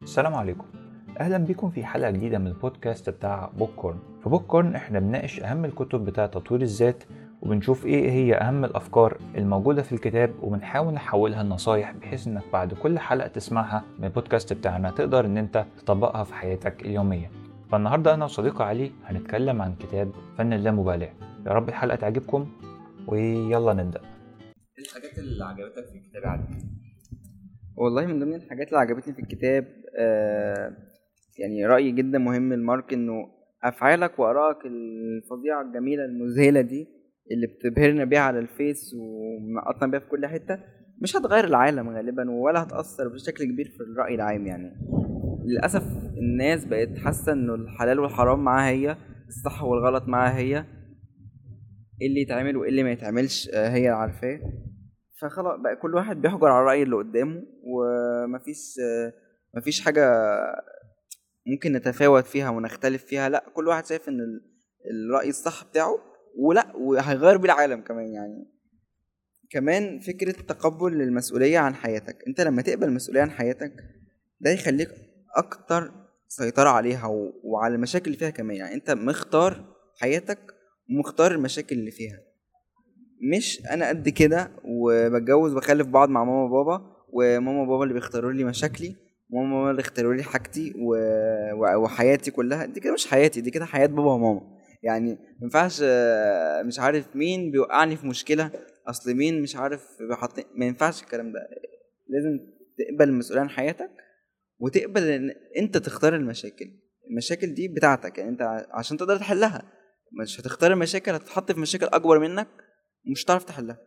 السلام عليكم. اهلا بكم في حلقه جديده من البودكاست بتاع بوك كورن. في بوك كورن احنا بنناقش اهم الكتب بتاع تطوير الذات، وبنشوف ايه هي اهم الافكار الموجوده في الكتاب، وبنحاول نحولها لنصايح بحيث انك بعد كل حلقه تسمعها من البودكاست بتاعنا تقدر ان انت تطبقها في حياتك اليوميه. فالنهارده انا وصديقي علي هنتكلم عن كتاب فن اللامبالاه. يا رب الحلقه تعجبكم ويلا نبدا. ايه الحاجات اللي عجبتك في الكتاب عادي؟ والله من ضمن الحاجات اللي عجبتني في الكتاب يعني رأي جدا مهم لمارك انه افعالك وارائك الفظيعة الجميلة المذهلة دي اللي بتبهرنا بيها على الفيس ومقطنا بيها في كل حتة مش هتغير العالم غالبا ولا هتأثر بشكل كبير في الرأي العام. يعني للأسف الناس بقت حاسة انه الحلال والحرام معاها هي، الصح والغلط معاها هي، ايه اللي يتعمل وايه اللي ما يتعملش هي عارفاه. فخلاص بقى كل واحد بيحجر على الرأي اللي قدامه مفيش حاجة ممكن نتفاوت فيها ونختلف فيها. لا، كل واحد شايف ان الرأي الصح بتاعه وهيغير بيه العالم كمان. يعني كمان فكرة تقبل للمسؤولية عن حياتك. انت لما تقبل المسؤولية عن حياتك ده يخليك اكتر سيطرة عليها وعلى المشاكل اللي فيها كمان. يعني انت مختار حياتك ومختار المشاكل اللي فيها، مش انا قد كده وبتجوز وبخلف بعض مع ماما وبابا، وماما وبابا اللي بيختاروا لي مشاكلي، وماما وبابا اللي اختاروا لي حاجتي وحياتي كلها. دي كده مش حياتي، دي كده حياة بابا وماما. يعني ما ينفعش مش عارف مين بيوقعني في مشكلة، اصل مين مش عارف ما ينفعش الكلام ده. لازم تقبل المسؤولية عن حياتك وتقبل ان انت تختار المشاكل دي بتاعتك. يعني انت عشان تقدر تحلها، مش هتختار المشاكل هتتحط في مشاكل اكبر منك مش هتعرف تحلها.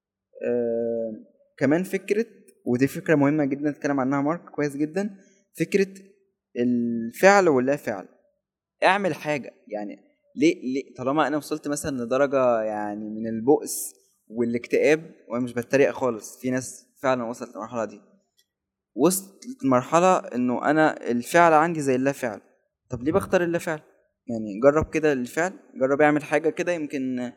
كمان فكرة، ودي فكرة مهمة جدا اتكلم عنها مارك كويس جدا، فكرة الفعل واللا فعل. اعمل حاجة. يعني ليه طالما انا وصلت مثلا لدرجة يعني من البؤس والاكتئاب، وانا مش بتريق خالص، في ناس فعلا وصلت للمرحلة دي، وصلت مرحلة انه انا الفعل عندي زي اللا فعل. طب ليه بختار اللا فعل؟ يعني جرب كده الفعل، جرب يعمل حاجة كده، يمكن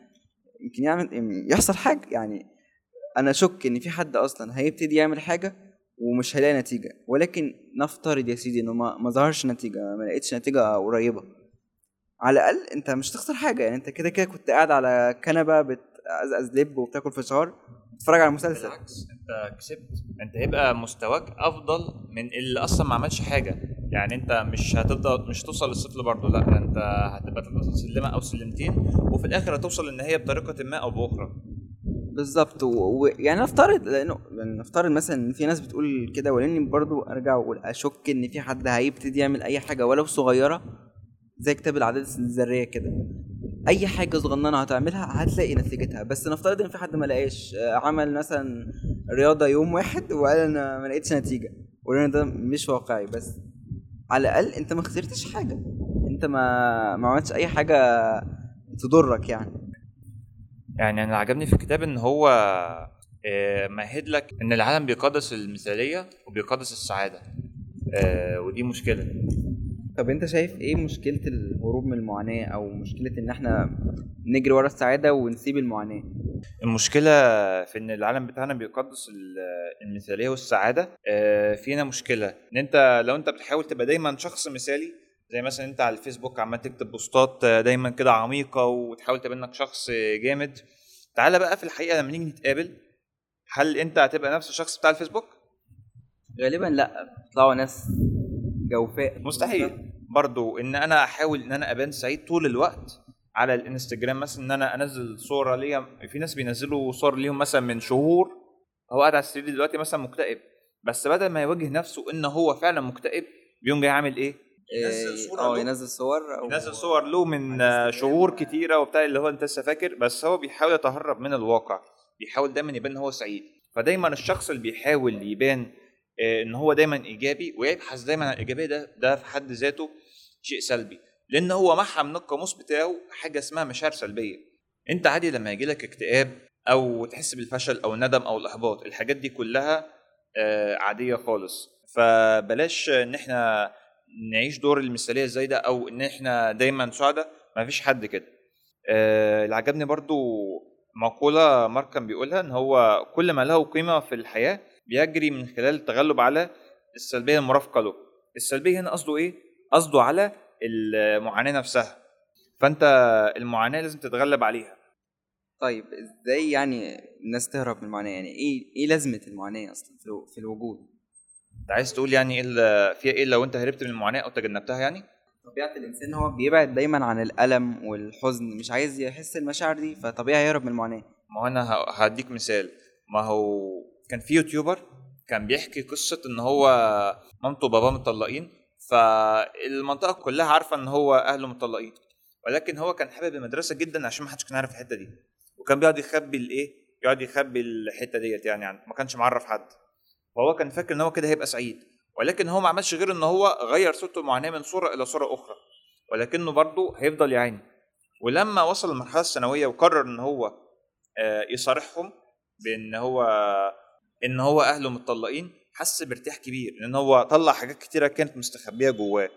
يحصل حاجة. يعني انا اشك ان في حد اصلا هيبتدي يعمل حاجه ومش هيلاقي نتيجه، ولكن نفترض يا سيدي انه ما ظهرش نتيجه، ما لقيتش نتيجه قريبه، على الاقل انت مش تخسر حاجه. يعني انت كده كده كنت قاعد على كنبه بتقزقز لب وبتاكل فشار بتتفرج على مسلسل. بالعكس، انت كسبت، انت هيبقى مستواك افضل من اللي اصلا ما عملش حاجه. يعني انت مش هتوصل للصفر برضه، لا انت هتبقى توصل سلمه او سلمتين، وفي الاخر هتوصل للنهايه بطريقه ما او باخرى. بالظبط. يعني نفترض، لانه يعني نفترض مثلا ان في ناس بتقول كده، ولاني برضو ارجع واقول اشك ان في حد هيبتدي يعمل اي حاجه ولو صغيره، زي كتاب العادات الذريه كده. اي حاجه صغننه هتعملها هتلاقي نتيجتها. بس نفترض ان في حد ما لقاش، عمل مثلا رياضه يوم واحد وقال انا ما لقيتش نتيجه، وقلنا ده مش واقعي. بس على الاقل انت ما خسرتش حاجه، انت ما عملتش اي حاجه تضرك يعني. يعني انا عجبني في الكتاب ان هو مهد لك ان العالم بيقدس المثاليه وبيقدس السعاده، ودي مشكله. طب انت شايف ايه مشكله الهروب من المعاناه، او مشكله ان احنا نجري ورا السعاده ونسيب المعاناه؟ المشكلة في ان العالم بتاعنا بيقدس المثالية والسعادة. فينا مشكلة ان انت لو انت بتحاول تبقى دايما شخص مثالي، زي مثلا انت على الفيسبوك عمال تكتب بوستات دايما كده عميقة وتحاول تبقى انك شخص جامد، تعالى بقى في الحقيقة لما نيجي نتقابل، هل انت هتبقى نفس الشخص بتاع الفيسبوك؟ غالبا لا، بيطلعوا ناس جوفاء. مستحيل. برضو ان انا احاول ان انا ابان سعيد طول الوقت على الانستجرام، مثلا ان انا انزل صورة ليا، في ناس بينزلوا صور ليهم مثلا من شهور هو قاعد على السرير دلوقتي مثلا مكتئب، بس بدل ما يواجه نفسه ان هو فعلا مكتئب بيقوم جاي عامل ايه؟ ينزل صورة له، ينزل صور او ينزل صور له من شهور كتيرة وبتاع، اللي هو انت لسه فاكر، بس هو بيحاول يتهرب من الواقع، بيحاول دايما يبان ان هو سعيد. فدايما الشخص اللي بيحاول يبان ان هو دايما ايجابي ويبحث دايما عن الايجابيه، ده في حد ذاته شيء سلبي، لان هو محى من القاموس بتاعه حاجه اسمها مشاعر سلبيه. انت عادي لما يجيلك اكتئاب او تحس بالفشل او الندم او الاحباط، الحاجات دي كلها عاديه خالص. فبلاش ان احنا نعيش دور المثاليه الزايده او ان احنا دايما سعداء، مفيش حد كده. اللي عجبني برضو مقولة مارك كان بيقولها، ان هو كل ما له قيمة في الحياة بيجري من خلال التغلب على السلبية المرافقة له. السلبيه هنا قصده ايه؟ قصده على المعاناه نفسها. فانت المعاناه لازم تتغلب عليها. طيب ازاي يعني الناس تهرب من المعاناة؟ يعني ايه لازمة المعاناة اصلا في الوجود؟ انت عايز تقول يعني فيها ايه لو انت هربت من المعاناه او تجنبتها يعني؟ طبيعة الانسان هو بيبعد دايما عن الألم والحزن، مش عايز يحس المشاعر دي، فطبيعي هيهرب من المعاناة. ما هو انا هديك مثال. ما هو كان في يوتيوبر كان بيحكي قصه ان هو مامته وباباه مطلقين، فالمنطقه كلها عارفه ان هو اهله مطلقين، ولكن هو كان حابب المدرسه جدا عشان ما حدش كان عارف الحته دي، وكان بيقعد يخبي يقعد يخبي الحته ديت يعني ما كانش معرف حد. وهو كان فاكر ان هو كده هيبقى سعيد، ولكن هو ما عملش غير ان هو غير صورته المعاناه من صوره الى صوره اخرى، ولكنه برضه هيفضل يعاني. ولما وصل للمرحله الثانويه وقرر ان هو يصارحهم بان هو اهله متطلقين، حس بارتياح كبير لان هو طلع حاجات كتيره كانت مستخبيه جواه.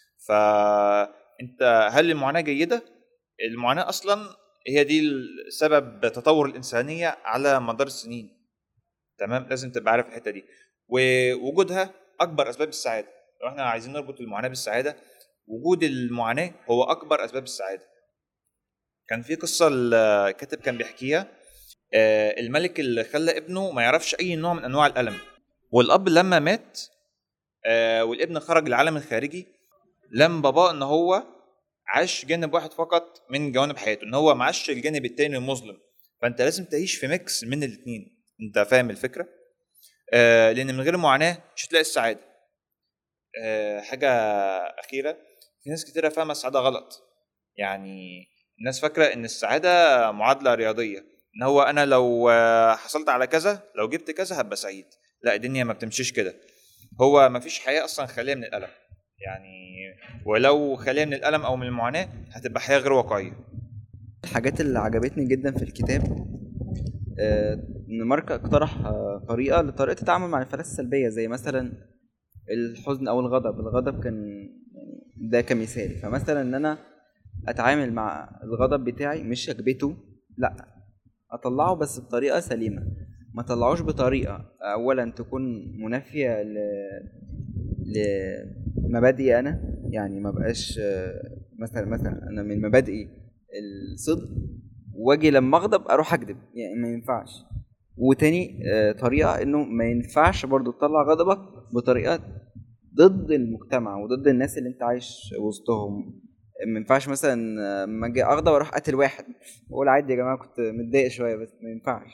فانت هل المعاناه جيده؟ المعاناه اصلا هي دي سبب تطور الانسانيه على مدار السنين. تمام، لازم تبقى عارف الحته دي. ووجودها اكبر اسباب السعاده. لو احنا عايزين نربط المعاناه بالسعاده، وجود المعاناه هو اكبر اسباب السعاده. كان في قصه الكاتب كان بيحكيها. الملك اللي خلى ابنه ما يعرفش اي نوع من انواع الالم، والاب لما مات والابن خرج للعالم الخارجي، لم باباه ان هو عاش جانب واحد فقط من جوانب حياته، ان هو ما عاش الجانب التاني المظلم. فانت لازم تعيش في ميكس من الاثنين. انت فاهم الفكره؟ لان من غير معاناه مش هتلاقي السعاده. حاجه اخيره، في ناس كتيره فاهمه السعاده غلط. يعني الناس فاكره ان السعاده معادله رياضيه، ان هو انا لو حصلت على كذا، لو جبت كذا هبقى سعيد. لا، الدنيا ما بتمشيش كده. هو ما فيش حياه اصلا خاليه من الالم يعني، ولو خاليه من الالم او من المعاناه هتبقى حياه غير واقعيه. الحاجات اللي عجبتني جدا في الكتاب ان مارك اقترح طريقة التعامل مع الانفعالات السلبية، زي مثلا الحزن او الغضب كان يعني ده كمثال. فمثلا ان انا اتعامل مع الغضب بتاعي، مش اكبته، لا اطلعه بس بطريقة سليمة. ما طلعوش بطريقة اولا تكون منافية لمبادئي انا، يعني ما بقاش مثلا انا من مبادئي الصدق، واجي لما اغضب اروح اكذب، يعني ما ينفعش. وتاني طريقة انه ما ينفعش برضو تطلع غضبك بطريقة ضد المجتمع وضد الناس اللي انت عايش وسطهم. ما ينفعش مثلا لما اجي اغضب اروح قاتل واحد واقول عادي يا جماعة كنت متضايق شوية، بس ما ينفعش.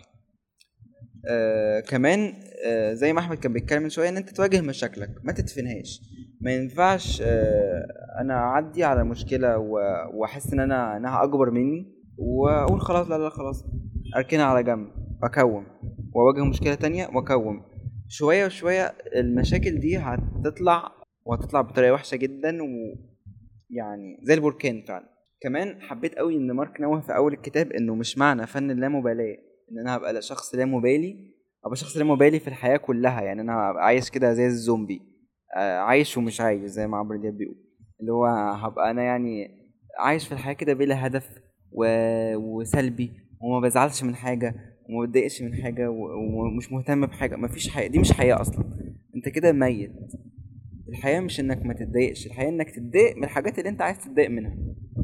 كمان زي ما احمد كان بيتكلم من شويه، ان انت تواجه مشاكلك ما تدفنهاش. ما ينفعش انا اعدي على مشكله واحس ان انها اكبر مني واقول خلاص لا خلاص اركنها على جنب، اكوم واواجه مشكله تانية واكوم. شويه وشويه المشاكل دي هتطلع بطريقه وحشه جدا، ويعني زي البركان فعلا. كمان حبيت قوي ان مارك نوه في اول الكتاب انه مش معنى فن اللامبالاه ان انا هبقى شخص لا مبالي، ابقى شخص لا مبالي في الحياه كلها. يعني انا هبقى عايش كده زي الزومبي، عايش ومش عايش زي ما عمرو دياب بيقول، اللي هو هبقى انا يعني عايش في الحياه كده بلا هدف وسلبي، وما بزعلش من حاجه وما بتضايقش من حاجه ومش مهتم بحاجه. مفيش حياه، دي مش حياه اصلا، انت كده ميت. الحياه مش انك ما تتضايقش، الحياه انك تتضايق من الحاجات اللي انت عايز تتضايق منها.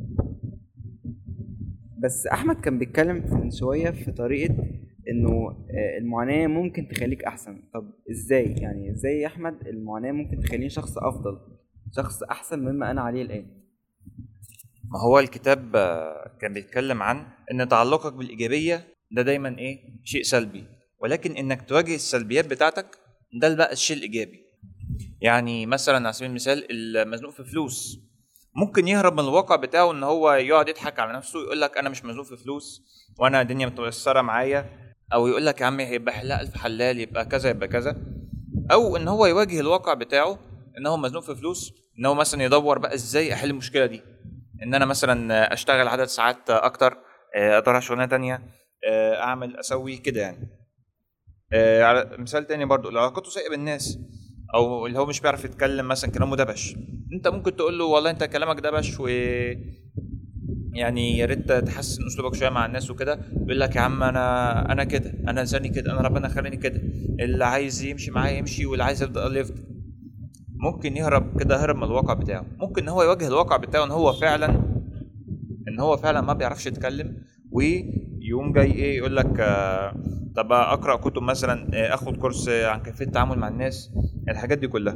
بس احمد كان بيتكلم من شويه في طريقه انه المعاناه ممكن تخليك احسن. طب ازاي يعني؟ ازاي يا احمد المعاناه ممكن تخليني شخص افضل، شخص احسن مما انا عليه الان؟ ما هو الكتاب كان بيتكلم عن ان تعلقك بالايجابيه ده دايما شيء سلبي، ولكن انك تواجه السلبيات بتاعتك ده بقى الشيء الايجابي. يعني مثلا على سبيل المثال المزنوق في فلوس ممكن يهرب من الواقع بتاعه ان هو يقعد يضحك على نفسه، يقول لك انا مش مزنوق في فلوس وانا الدنيا متيسره معايا، او يقول لك يا عم هيبقى حلال الف حلال، يبقى كذا يبقى كذا. او ان هو يواجه الواقع بتاعه ان هو مزنوق في فلوس، ان هو مثلا يدور بقى ازاي احل المشكله دي، ان انا مثلا اشتغل عدد ساعات اكتر، ادور على شغلانه تانية، اعمل اسوي كده يعني. على مثال تاني برضو، لو علاقته سيئه بالناس، او اللي هو مش بيعرف يتكلم مثلا كلامه دبش، انت ممكن تقول له والله انت كلامك دبش يعني يا ريت تحسن اسلوبك شويه مع الناس وكده. بيقول لك يا عم انا كده، انا لساني كده، انا ربنا خلاني كده، اللي عايز يمشي معايا يمشي واللي عايز يفضل يفضل. ممكن يهرب كده، هرب من الواقع بتاعه. ممكن ان هو يواجه الواقع بتاعه ان هو فعلا ما بيعرفش يتكلم، ويقوم جاي ايه يقول لك طب اقرا كتب مثلا، اخد كورس عن كيفيه التعامل مع الناس، الحاجات دي كلها.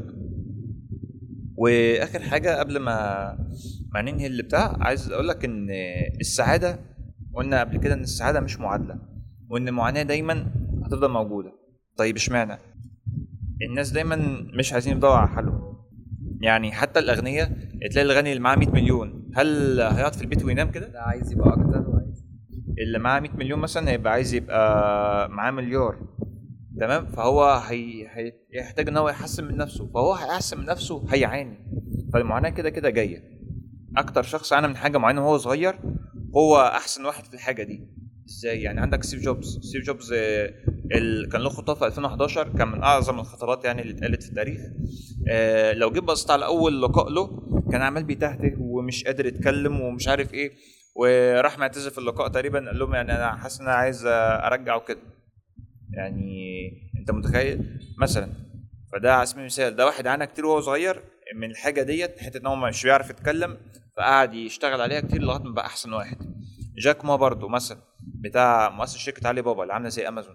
واخر حاجه قبل ما ننهي اللي بتاع، عايز اقول لك ان السعاده، قلنا قبل كده ان السعاده مش معادله، وان المعاناه دايما هتفضل موجوده. طيب اشمعنى؟ الناس دايما مش عايزين يدوروا على حلهم. يعني حتى الاغنياء، تلاقي الغني اللي معاه 100 مليون هل هيقعد في البيت وينام كده؟ لا، عايز يبقى اكتر وعايز. اللي معاه 100 مليون مثلا هيبقى عايز يبقى معاه مليار. تمام. فهو هيحتاج ان هو يحسن من نفسه، فهو هيحسن من نفسه هيعاني. فالمعاناه كده كده جايه. اكتر شخص عانى من حاجه معينه وهو صغير هو احسن واحد في الحاجه دي. ازاي يعني؟ عندك ستيف جوبز كان له خطاب في 2011 كان من اعظم الخطابات يعني اللي اتقالت في التاريخ. لو جيت بصيت على اول لقاء له كان عمال بيتهته ومش قادر يتكلم ومش عارف ايه، وراح معتذر في اللقاء تقريبا، قال لهم يعني انا حاسس ان انا عايز ارجعه كده. يعني انت متخيل مثلا؟ فده على سبيل المثال ده واحد عانى كتير وهو صغير من الحاجه ديت، حته ان هو مش بيعرف يتكلم، فقعد يشتغل عليها كتير لغايه ما بقى احسن واحد. جاك ما برضو مثلا بتاع مؤسس شركه علي بابا اللي عامله زي امازون،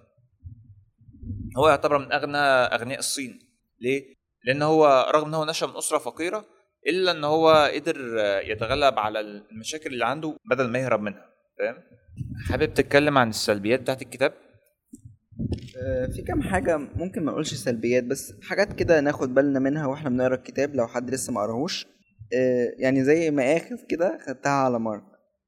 هو يعتبر من اغنى اغنياء الصين. ليه؟ لان هو رغم ان هو نشأ من اسره فقيره، الا ان هو قدر يتغلب على المشاكل اللي عنده بدل ما يهرب منها. فاهم؟ حابب تتكلم عن السلبيات بتاعت الكتاب؟ في كام حاجة ممكن ما نقولش سلبيات، بس حاجات كده ناخد بالنا منها واحنا بنقرا الكتاب لو حد لسه ما قراهوش. يعني زي مآخذ كده خدتها على مارك.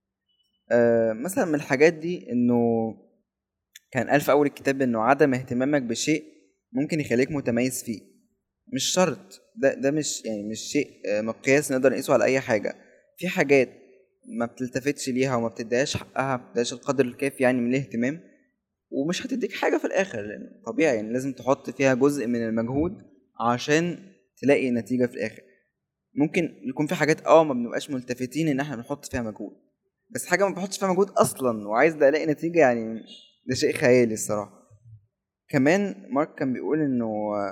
مثلا من الحاجات دي انه كان قال في اول الكتاب انه عدم اهتمامك بشيء ممكن يخليك متميز فيه. مش شرط ده مش شيء مقياس نقدر نقيسه على اي حاجة. في حاجات ما بتلتفتش ليها وما بتديهاش حقها، ما بتديهاش القدر الكافي يعني من الاهتمام، ومش هتديك حاجة في الآخر، لأن طبيعي يعني لازم تحط فيها جزء من المجهود عشان تلاقي نتيجة في الآخر. ممكن يكون في حاجات ما بنبقاش ملتفتين إن احنا بنحط فيها مجهود، بس حاجة ما بحطش فيها مجهود أصلا وعايز ده ألاقي نتيجة، يعني ده شيء خيالي الصراحة. كمان مارك كان بيقول إنه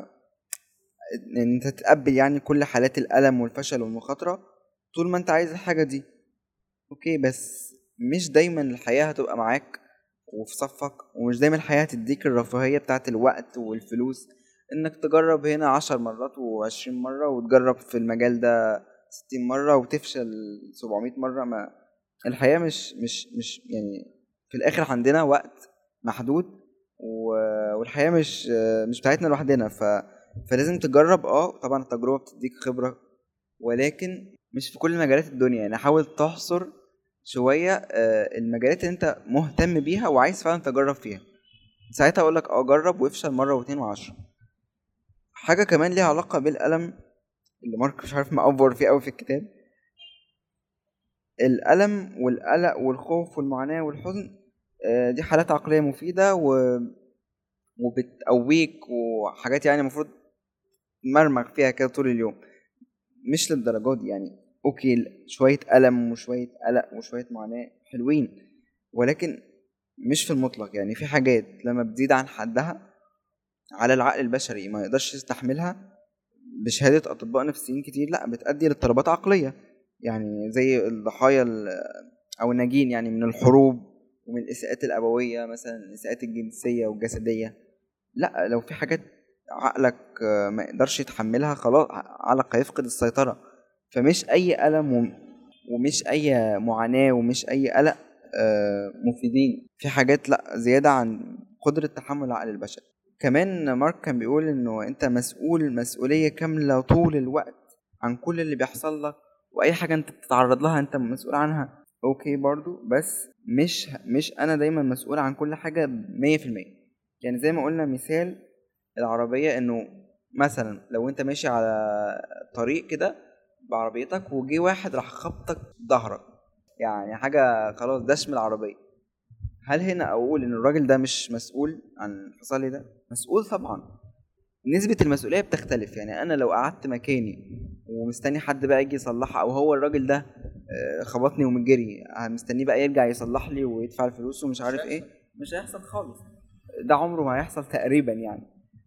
إن أنت تتقبل يعني كل حالات الألم والفشل والمخاطرة طول ما أنت عايز الحاجة دي. أوكي، بس مش دايما الحياة هتبقى معاك وفي صفك، ومش دايما الحياة هتديك الرفاهية بتاعت الوقت والفلوس انك تجرب هنا 10 مرات و20 مرة، وتجرب في المجال ده 60 مرة وتفشل 700 مرة. ما الحياة مش يعني في الاخر عندنا وقت محدود، والحياة مش بتاعتنا لوحدنا. فلازم تجرب. طبعا التجربة بتديك خبرة، ولكن مش في كل مجالات الدنيا. يعني حاول تحصر شوية المجالات اللي انت مهتم بيها وعايز فعلا تجرب فيها، ساعتها اقولك جرب وافشل مرة واثنين وعشرة. حاجة كمان ليها علاقة بالألم اللي مارك مش عارف مأفور فيه قوي في الكتاب. الألم والقلق والخوف والمعاناة والحزن دي حالات عقلية مفيدة وبتقويك وحاجات يعني المفروض مرمغ فيها كده طول اليوم. مش للدرجات دي يعني. اوكي، شوية ألم وشوية قلق وشوية معاناة حلوين، ولكن مش في المطلق. يعني في حاجات لما بتزيد عن حدها على العقل البشري ما يقدرش يستحملها بشهادة أطباء نفسيين كتير، لا بتؤدي لاضطرابات عقلية. يعني زي الضحايا أو الناجين يعني من الحروب ومن الإساءات الأبوية، مثلا الإساءات الجنسية والجسدية. لا، لو في حاجات عقلك ما يقدرش يتحملها، خلاص عقلك هيفقد السيطرة. فمش أي ألم ومش أي معاناة ومش أي قلق مفيدين. في حاجات لا زيادة عن قدرة تحمل العقل البشري. كمان مارك كان بيقول انه انت مسؤولية كاملة طول الوقت عن كل اللي بيحصل لك، واي حاجة انت بتتعرض لها انت مسؤول عنها. اوكي برضو، بس مش انا دايما مسؤول عن كل حاجة 100%. يعني زي ما قلنا مثال العربية، انه مثلا لو انت ماشي على طريق كده بعربيتك وجي واحد راح خبطك ظهرك، يعني حاجة خلاص دشم العربية، هل هنا اقول ان الراجل ده مش مسؤول عن حصل لي ده؟ مسؤول طبعا. نسبة المسؤولية بتختلف. يعني انا لو قعدت مكاني ومستني حد بقى يجي يصلحها، او هو الراجل ده خبطني ومجري مستنيه بقى يرجع يصلح لي ويدفع الفلوس ومش عارف ايه، مش هيحصل خالص. ده عمره ما هيحصل تقريبا يعني.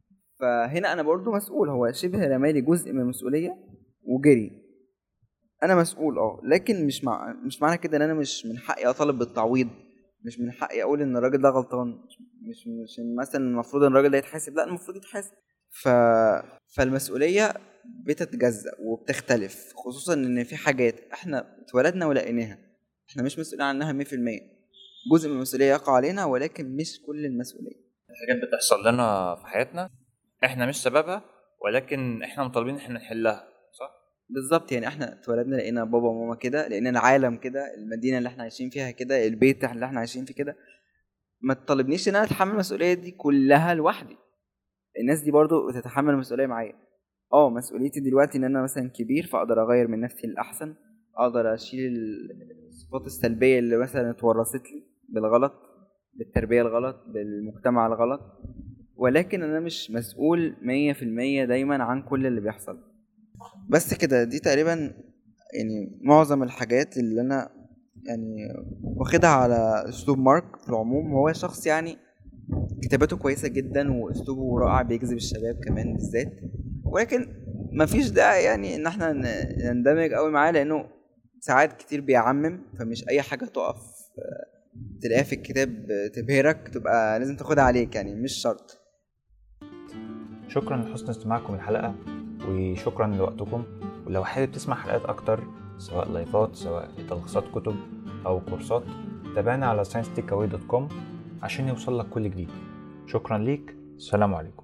فهنا انا برضو مسؤول، هو شبه رمالي جزء من المسؤوليه وجري. انا مسؤول لكن مش معنى كده ان انا مش من حقي اطالب بالتعويض، مش من حقي اقول ان الراجل ده غلطان، مش مثلا المفروض ان الراجل ده يتحاسب، لا المفروض يتحاسب. فالمسؤوليه بتتجزأ وبتختلف، خصوصا ان في حاجات احنا اتولدنا ولقيناها، احنا مش مسؤولين عنها 100%. جزء من المسؤوليه يقع علينا ولكن مش كل المسؤوليه. حاجات بتحصل لنا في حياتنا احنا مش سببها، ولكن احنا مطالبين احنا نحلها، صح؟ بالظبط، يعني احنا اتولدنا لقينا بابا وماما كده، لقينا العالم كده، المدينه اللي احنا عايشين فيها كده، البيت اللي احنا عايشين فيه كده. ما تطالبنيش ان انا اتحمل المسؤوليه دي كلها لوحدي، الناس دي برضو تتحمل المسؤوليه معايا. مسؤوليتي دلوقتي ان انا مثلا كبير، فاقدر اغير من نفسي للاحسن، اقدر اشيل الصفات السلبيه اللي مثلا اتورثت لي بالغلط، بالتربيه الغلط، بالمجتمع الغلط، ولكن انا مش مسؤول 100% دايما عن كل اللي بيحصل. بس كده، دي تقريبا يعني معظم الحاجات اللي انا يعني واخدها على اسلوب مارك في العموم. هو شخص يعني كتاباته كويسة جدا واسلوبه رائع، بيجذب الشباب كمان بالذات، ولكن مفيش داعي يعني ان احنا نندمج قوي معاه، لانه ساعات كتير بيعمم، فمش اي حاجة تقف تلاقيها في الكتاب تبهرك تبقى لازم تاخدها عليك، يعني مش شرط. شكرا لحسن استماعكم الحلقة، وشكرا لوقتكم. ولو حابب تسمع حلقات اكتر، سواء لايفات سواء تلخيصات كتب او كورسات، تابعنا على sciencetakeaway.com عشان يوصل لك كل جديد. شكرا ليك، السلام عليكم.